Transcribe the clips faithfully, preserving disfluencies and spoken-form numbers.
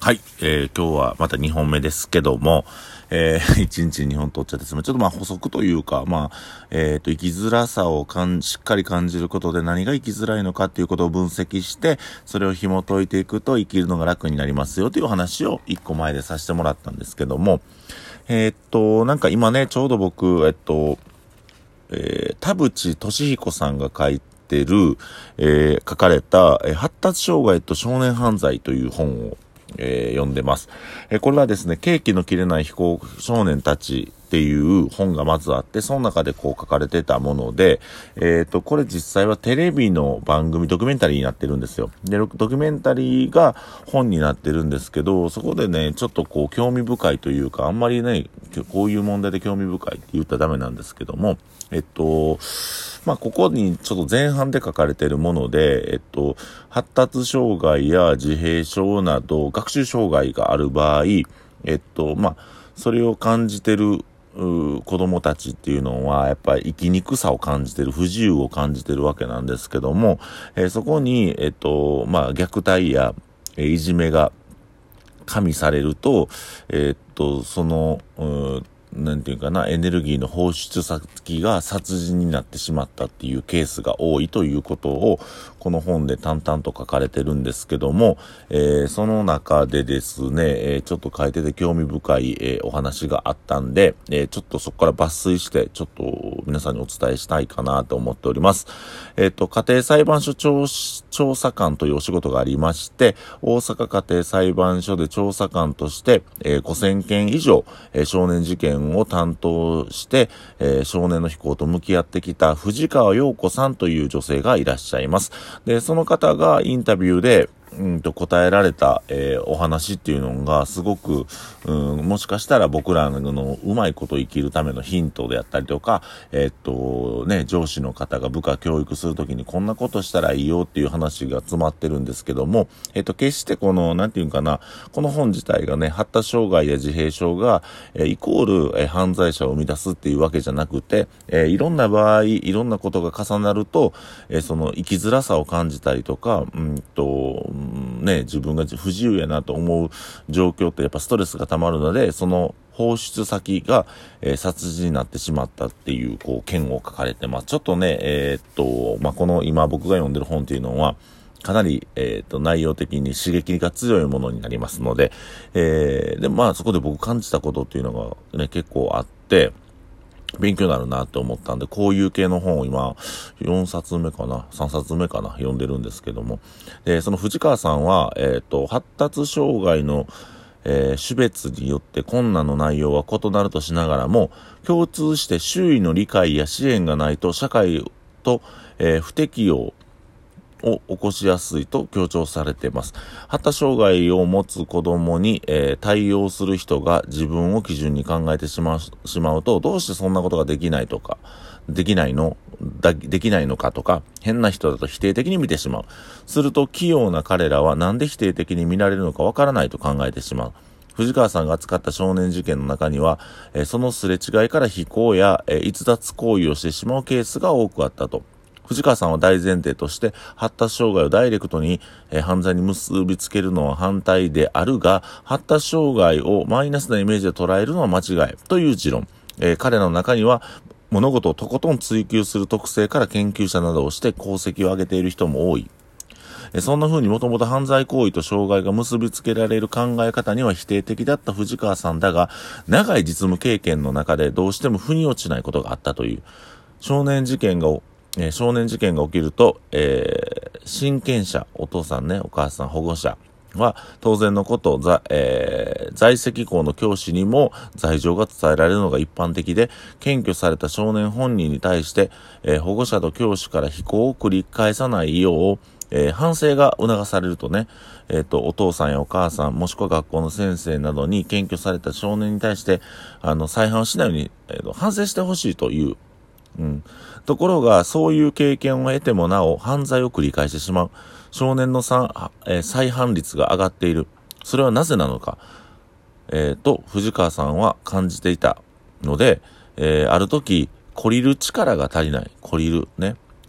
はい、えー、今日はまたにほんめですけども、えー、いちにちにほん取っちゃってすみません。ちょっとまあ補足というか、まあ、えっと、生きづらさをかんしっかり感じることで何が生きづらいのかっていうことを分析して、それを紐解いていくと生きるのが楽になりますよという話をいっこまえでさせてもらったんですけども、えー、っと、なんか今ね、ちょうど僕、えっと、えー、田淵俊彦さんが書いてる、えー、書かれた、えー、発達障害と少年犯罪という本をえー、読んでます。えー、これはですね、ケーキの切れない非行少年たちっていう本がまずあって、その中でこう書かれてたもので、えっと、これ実際はテレビの番組、ドキュメンタリーになってるんですよ。で、ドキュメンタリーが本になってるんですけど、そこでね、ちょっとこう興味深いというか、あんまりね、こういう問題で興味深いって言ったらダメなんですけども、えっと、まあ、ここにちょっと前半で書かれているもので、えっと、発達障害や自閉症など学習障害がある場合、えっと、まあ、それを感じてる子供たちっていうのは、やっぱり生きにくさを感じてる、不自由を感じてるわけなんですけども、えー、そこに、えっと、まあ、虐待や、えー、いじめが加味されると、えー、っと、その、うんなんていうかな、エネルギーの放出先が殺人になってしまったっていうケースが多いということを、この本で淡々と書かれてるんですけども、えー、その中でですね、えー、ちょっと書いてて興味深い、えー、お話があったんで、えー、ちょっとそこから抜粋して、ちょっと皆さんにお伝えしたいかなと思っております。えっと、家庭裁判所調、調査官というお仕事がありまして、大阪家庭裁判所で調査官として、えー、ごせんけん以上、えー、少年事件を担当して、えー、少年の非行と向き合ってきた藤川陽子さんという女性がいらっしゃいます。で、その方がインタビューで、うんと答えられた、えー、お話っていうのがすごく、うん、もしかしたら僕らのうまいこと生きるためのヒントであったりとか、えー、っとね、上司の方が部下教育するときにこんなことしたらいいよっていう話が詰まってるんですけども、えー、っと決してこのなんていうかな、この本自体がね、発達障害や自閉症が、えー、イコール、えー、犯罪者を生み出すっていうわけじゃなくて、えー、いろんな場合いろんなことが重なると、えー、その生きづらさを感じたりとか、うんとね、自分が不自由やなと思う状況ってやっぱストレスが溜まるので、その放出先が、えー、殺人になってしまったっていうこう件を書かれてます。ちょっとね、えー、っとまあ、この今僕が読んでる本っていうのはかなり、えー、っと内容的に刺激が強いものになりますので、えー、でまあそこで僕感じたことっていうのがね結構あって。勉強になるなって思ったんで、こういう系の本を今よんさつめかなさんさつめかな読んでるんですけども、でその藤川さんは、えっと発達障害の、えー、種別によって困難の内容は異なるとしながらも、共通して周囲の理解や支援がないと社会と、えー、不適応を起こしやすいと強調されています。発達障害を持つ子供に、えー、対応する人が自分を基準に考えてしまう、しまうと、どうしてそんなことができないとか、できないのだ、できないのかとか、変な人だと否定的に見てしまう。すると器用な彼らはなんで否定的に見られるのかわからないと考えてしまう。藤川さんが扱った少年事件の中には、えー、そのすれ違いから非行や、えー、逸脱行為をしてしまうケースが多くあったと。藤川さんは大前提として発達障害をダイレクトに、えー、犯罪に結びつけるのは反対であるが、発達障害をマイナスなイメージで捉えるのは間違いという持論、えー、彼らの中には物事をとことん追求する特性から研究者などをして功績を上げている人も多い。えー、そんな風にもともと犯罪行為と障害が結びつけられる考え方には否定的だった藤川さんだが、長い実務経験の中でどうしても腑に落ちないことがあったという。少年事件がえー、少年事件が起きると、えー、親権者、お父さんね、お母さん、保護者は当然のこと、ざえー、在籍校の教師にも罪状が伝えられるのが一般的で、検挙された少年本人に対して、えー、保護者と教師から非行を繰り返さないよう、えー、反省が促されるとね、えっと、お父さんやお母さん、もしくは学校の先生などに検挙された少年に対して、あの、再犯をしないように、えー、反省してほしいという、うん。ところが、そういう経験を得てもなお、犯罪を繰り返してしまう。少年のさ、えー、再犯率が上がっている。それはなぜなのか。えー、と、藤川さんは感じていたので、えー、ある時、懲りる力が足りない。懲りる。ね。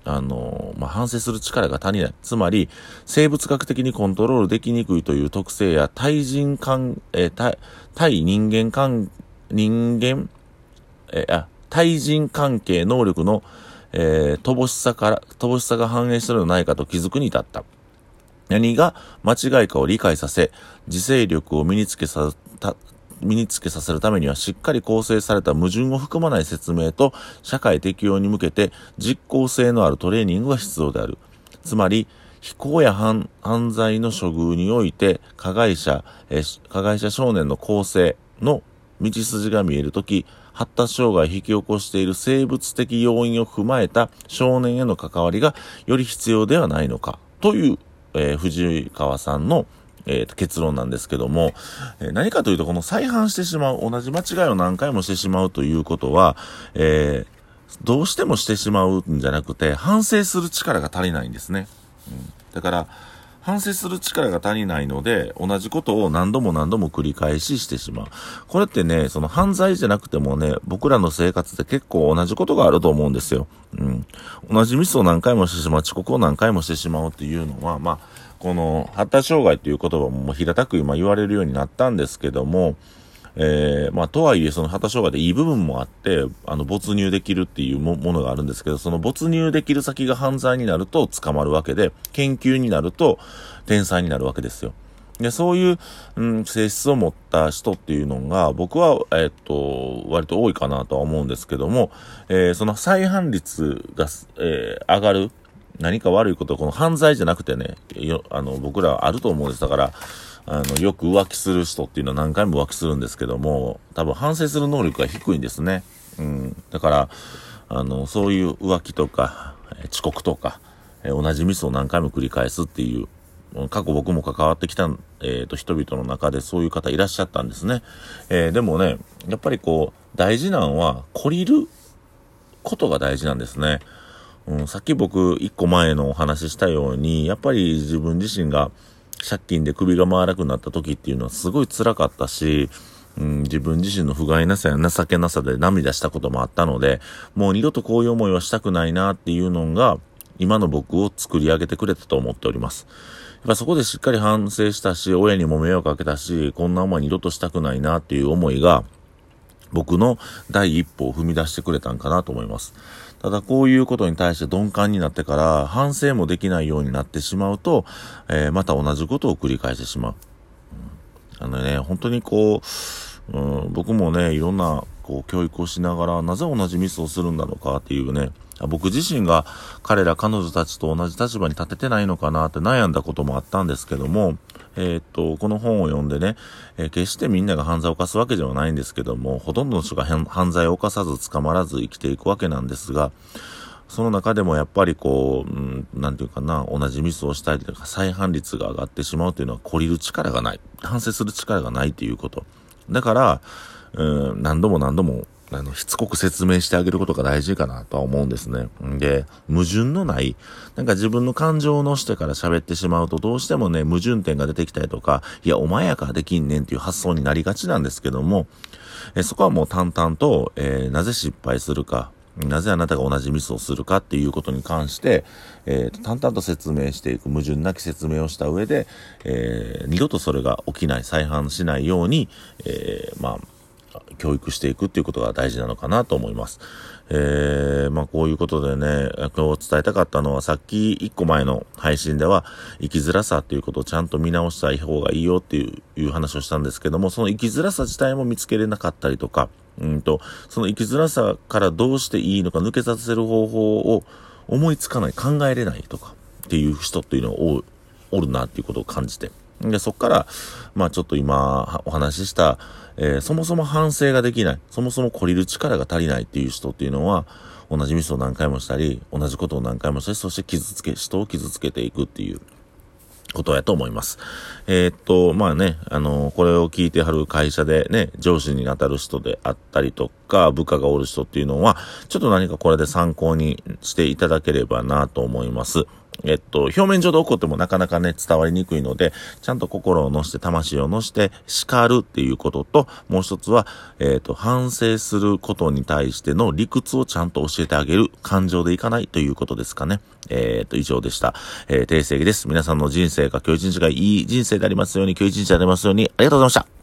あの、まあ、反省する力が足りない。つまり、生物学的にコントロールできにくいという特性や、対人間、えー、対、対人間関、人間、えー、あ、対人関係能力の、えー、乏しさから、乏しさが反映しているのではないかと気づくに至った。何が間違いかを理解させ、自制力を身につけさ、た、身につけさせるためにはしっかり構成された矛盾を含まない説明と社会適応に向けて実効性のあるトレーニングが必要である。つまり、非行や 犯, 犯罪の処遇において加害者、え加害者少年の構成の道筋が見えるとき、発達障害を引き起こしている生物的要因を踏まえた少年への関わりがより必要ではないのかという、えー、藤川さんのえー、結論なんですけども、えー、何かというとこの再犯してしまう、同じ間違いを何回もしてしまうということは、えー、どうしてもしてしまうんじゃなくて反省する力が足りないんですね、うん、だから反省する力が足りないので同じことを何度も何度も繰り返ししてしまう。これってね、その犯罪じゃなくてもね、僕らの生活で結構同じことがあると思うんですよ、うん、同じミスを何回もしてしまう、遅刻を何回もしてしまうっていうのは、まあこの発達障害という言葉も平たく今言われるようになったんですけども、えー、まあとはいえその発達障害でいい部分もあって、あの没入できるっていうものがあるんですけど、その没入できる先が犯罪になると捕まるわけで、研究になると天才になるわけですよ。で、そういう、うん、性質を持った人っていうのが僕は、えー、っと割と多いかなとは思うんですけども、えー、その再犯率が、えー、上がる何か悪いこと、この犯罪じゃなくてね、よあの僕らあると思うんです。だからあのよく浮気する人っていうのは何回も浮気するんですけども、多分反省する能力が低いんですね、うん、だからあのそういう浮気とか遅刻とか同じミスを何回も繰り返すっていう、過去僕も関わってきた、えー、と人々の中でそういう方いらっしゃったんですね、えー、でもね、やっぱりこう大事なのは懲りることが大事なんですね。うん、さっき僕一個前のお話ししたように、やっぱり自分自身が借金で首が回らなくなった時っていうのはすごい辛かったし、うん、自分自身の不甲斐なさや情けなさで涙したこともあったので、もう二度とこういう思いはしたくないなっていうのが今の僕を作り上げてくれたと思っております。やっぱそこでしっかり反省したし、親にも迷惑かけたし、こんな思い二度としたくないなっていう思いが僕の第一歩を踏み出してくれたんかなと思います。ただこういうことに対して鈍感になってから反省もできないようになってしまうと、えー、また同じことを繰り返してしまう、うん、あのね、本当にこう、うん、僕もね、いろんなこう教育をしながらなぜ同じミスをするんだろうかっていうね、僕自身が彼ら彼女たちと同じ立場に立ててないのかなって悩んだこともあったんですけども、えー、っとこの本を読んでね、えー、決してみんなが犯罪を犯すわけではないんですけども、ほとんどの人が犯罪を犯さず捕まらず生きていくわけなんですが、その中でもやっぱりこう、うん、なんていうかな、同じミスをしたりとか再犯率が上がってしまうというのは懲りる力がない、反省する力がないということ。だから、うん、何度も何度もあのしつこく説明してあげることが大事かなとは思うんですね。で、矛盾のない、なんか自分の感情を乗してから喋ってしまうとどうしてもね、矛盾点が出てきたりとか、いやお前やからできんねんっていう発想になりがちなんですけども、えそこはもう淡々と、えー、なぜ失敗するか、なぜあなたが同じミスをするかっていうことに関して、えー、淡々と説明していく、矛盾なき説明をした上で、えー、二度とそれが起きない、再犯しないように、えー、まあ教育していくっていうことが大事なのかなと思います。えー、まあこういうことでね、今日伝えたかったのは、さっき一個前の配信では生きづらさっていうことをちゃんと見直したい方がいいよっていう、いう話をしたんですけども、その生きづらさ自体も見つけれなかったりとか、うんとその生きづらさからどうしていいのか抜けさせる方法を思いつかない、考えれないとかっていう人っていうのが お, おるなっていうことを感じて、でそっからまあちょっと今お話しした、えー、そもそも反省ができない、そもそも懲りる力が足りないっていう人っていうのは、同じミスを何回もしたり同じことを何回もしたり、そして傷つけ人を傷つけていくっていうことやと思います。えー、っとまあね、あのこれを聞いてはる会社でね、上司に当たる人であったりとか部下がおる人っていうのは、ちょっと何かこれで参考にしていただければなと思います。 えっと、表面上で怒ってもなかなかね、伝わりにくいので、ちゃんと心を乗せて、魂を乗せて、叱るっていうことと、もう一つは、えっと、反省することに対しての理屈をちゃんと教えてあげる、感情でいかないということですかね。えっと、以上でした。えー、訂正です。皆さんの人生が、今日一日がいい人生でありますように、今日一日でありますように、ありがとうございました。